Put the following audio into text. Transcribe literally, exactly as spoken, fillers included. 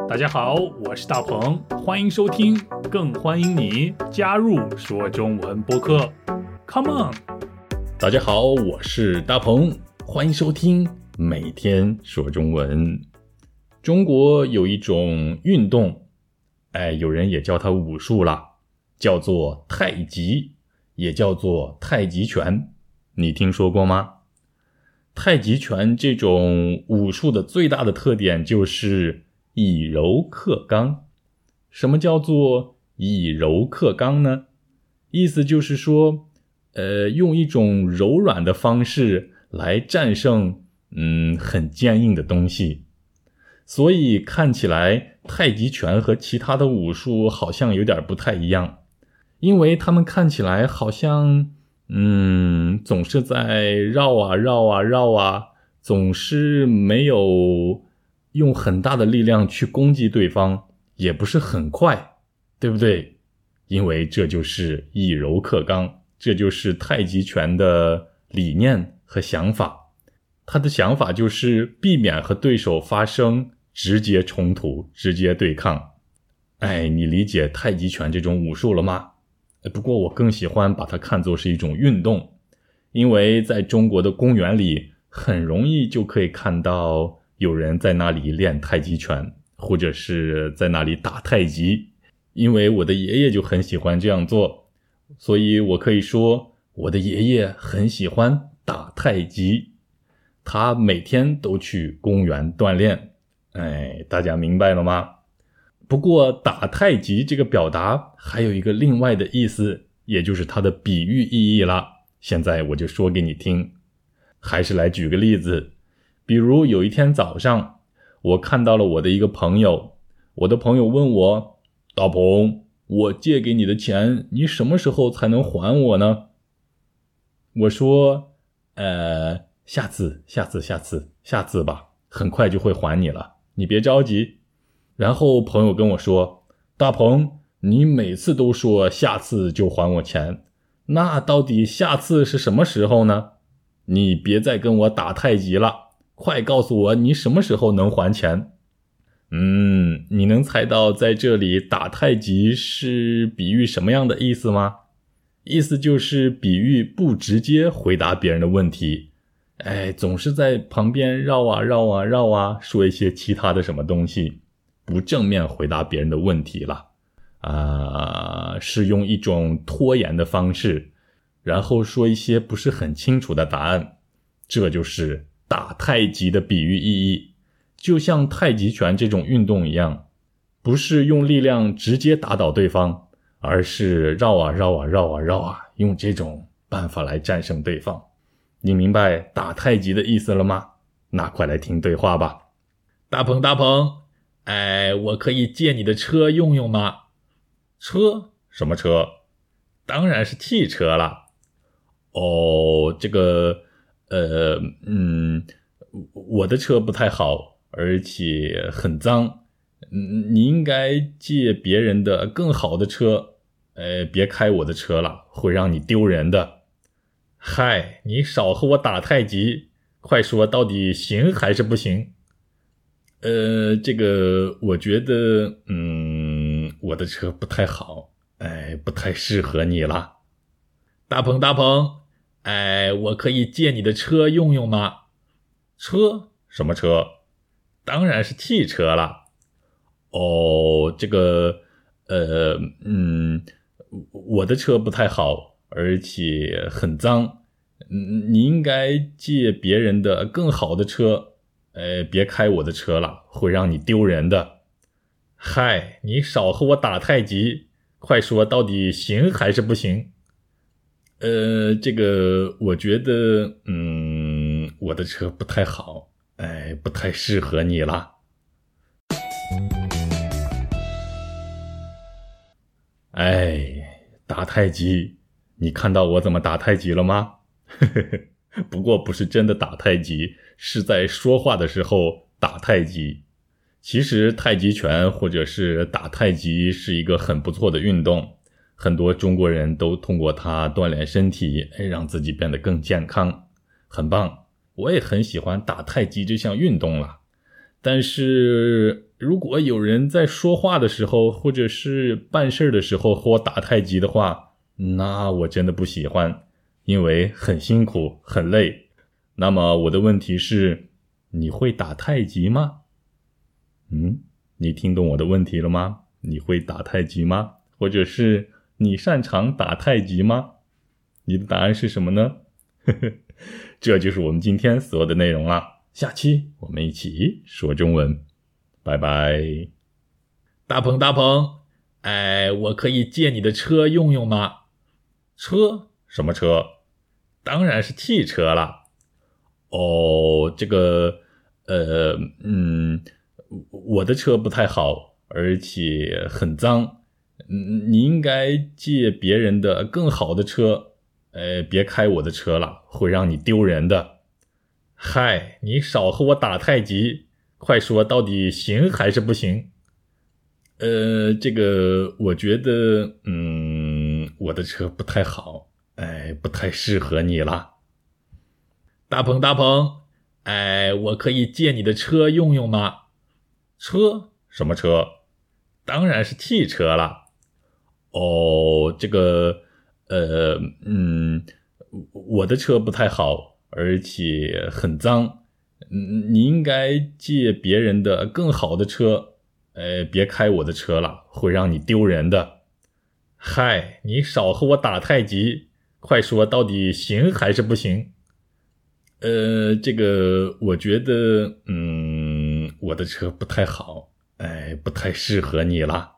大家好，我是大鹏，欢迎收听，更欢迎你加入说中文播客 Come on。 大家好，我是大鹏，欢迎收听每天说中文。中国有一种运动，哎，有人也叫它武术啦，叫做太极，也叫做太极拳，你听说过吗？太极拳这种武术的最大的特点就是以柔克刚。什么叫做以柔克刚呢？意思就是说，呃，用一种柔软的方式来战胜，嗯，很坚硬的东西。所以看起来太极拳和其他的武术好像有点不太一样，因为他们看起来好像，嗯，总是在绕啊绕啊绕啊，总是没有用很大的力量去攻击对方，也不是很快，对不对？因为这就是以柔克刚，这就是太极拳的理念和想法。他的想法就是避免和对手发生直接冲突，直接对抗。哎，你理解太极拳这种武术了吗？不过我更喜欢把它看作是一种运动，因为在中国的公园里很容易就可以看到有人在那里练太极拳，或者是在那里打太极。因为我的爷爷就很喜欢这样做，所以我可以说我的爷爷很喜欢打太极，他每天都去公园锻炼。哎，大家明白了吗？不过打太极这个表达还有一个另外的意思，也就是它的比喻意义了。现在我就说给你听。还是来举个例子，比如有一天早上，我看到了我的一个朋友，我的朋友问我，大鹏，我借给你的钱，你什么时候才能还我呢？我说，呃，下次，下次，下次，下次吧，很快就会还你了，你别着急。然后朋友跟我说，大鹏，你每次都说下次就还我钱，那到底下次是什么时候呢？你别再跟我打太极了，快告诉我你什么时候能还钱。嗯，你能猜到在这里打太极是比喻什么样的意思吗？意思就是比喻不直接回答别人的问题，哎，总是在旁边绕啊绕啊绕啊，说一些其他的什么东西，不正面回答别人的问题了。啊、呃，是用一种拖延的方式，然后说一些不是很清楚的答案。这就是打太极的比喻意义。就像太极拳这种运动一样，不是用力量直接打倒对方，而是绕啊绕啊绕啊绕啊，用这种办法来战胜对方。你明白打太极的意思了吗？那快来听对话吧。大鹏大鹏，哎，我可以借你的车用用吗？车？什么车？当然是汽车啦。哦，这个，呃，嗯，我的车不太好，而且很脏，你应该借别人的更好的车，呃，别开我的车了，会让你丢人的。嗨，你少和我打太极，快说到底行还是不行？呃，这个我觉得，嗯，我的车不太好，哎，不太适合你了。大鹏大鹏，哎，我可以借你的车用用吗？车？什么车？当然是汽车啦。哦，这个，呃，嗯，我的车不太好，而且很脏，你应该借别人的更好的车，呃，别开我的车了，会让你丢人的。嗨，你少和我打太极，快说到底行还是不行？呃，这个我觉得，嗯，我的车不太好，哎，不太适合你了。哎，打太极，你看到我怎么打太极了吗？不过不是真的打太极，是在说话的时候打太极。其实太极拳或者是打太极是一个很不错的运动，很多中国人都通过它锻炼身体，让自己变得更健康，很棒。我也很喜欢打太极这项运动了。 但是如果有人在说话的时候，或者是办事的时候和我打太极的话，那我真的不喜欢，因为很辛苦，很累。那么我的问题是，你会打太极吗？嗯，你听懂我的问题了吗？你会打太极吗？或者是你擅长打太极吗？你的答案是什么呢？这就是我们今天所有的内容了。下期我们一起说中文，拜拜。大鹏大鹏，哎，我可以借你的车用用吗？车？什么车？当然是汽车了。哦，这个，呃，嗯，我的车不太好，而且很脏。嗯，你应该借别人的更好的车，呃，别开我的车了，会让你丢人的。嗨，你少和我打太极，快说到底行还是不行？呃，这个我觉得，嗯，我的车不太好，哎，不太适合你了。大鹏大鹏，哎，我可以借你的车用用吗？车？什么车？当然是汽车了。哦，这个，呃，嗯，我的车不太好，而且很脏。嗯，你应该借别人的更好的车，呃，别开我的车了，会让你丢人的。嗨，你少和我打太极，快说到底行还是不行？呃，这个我觉得，嗯，我的车不太好，哎，不太适合你了。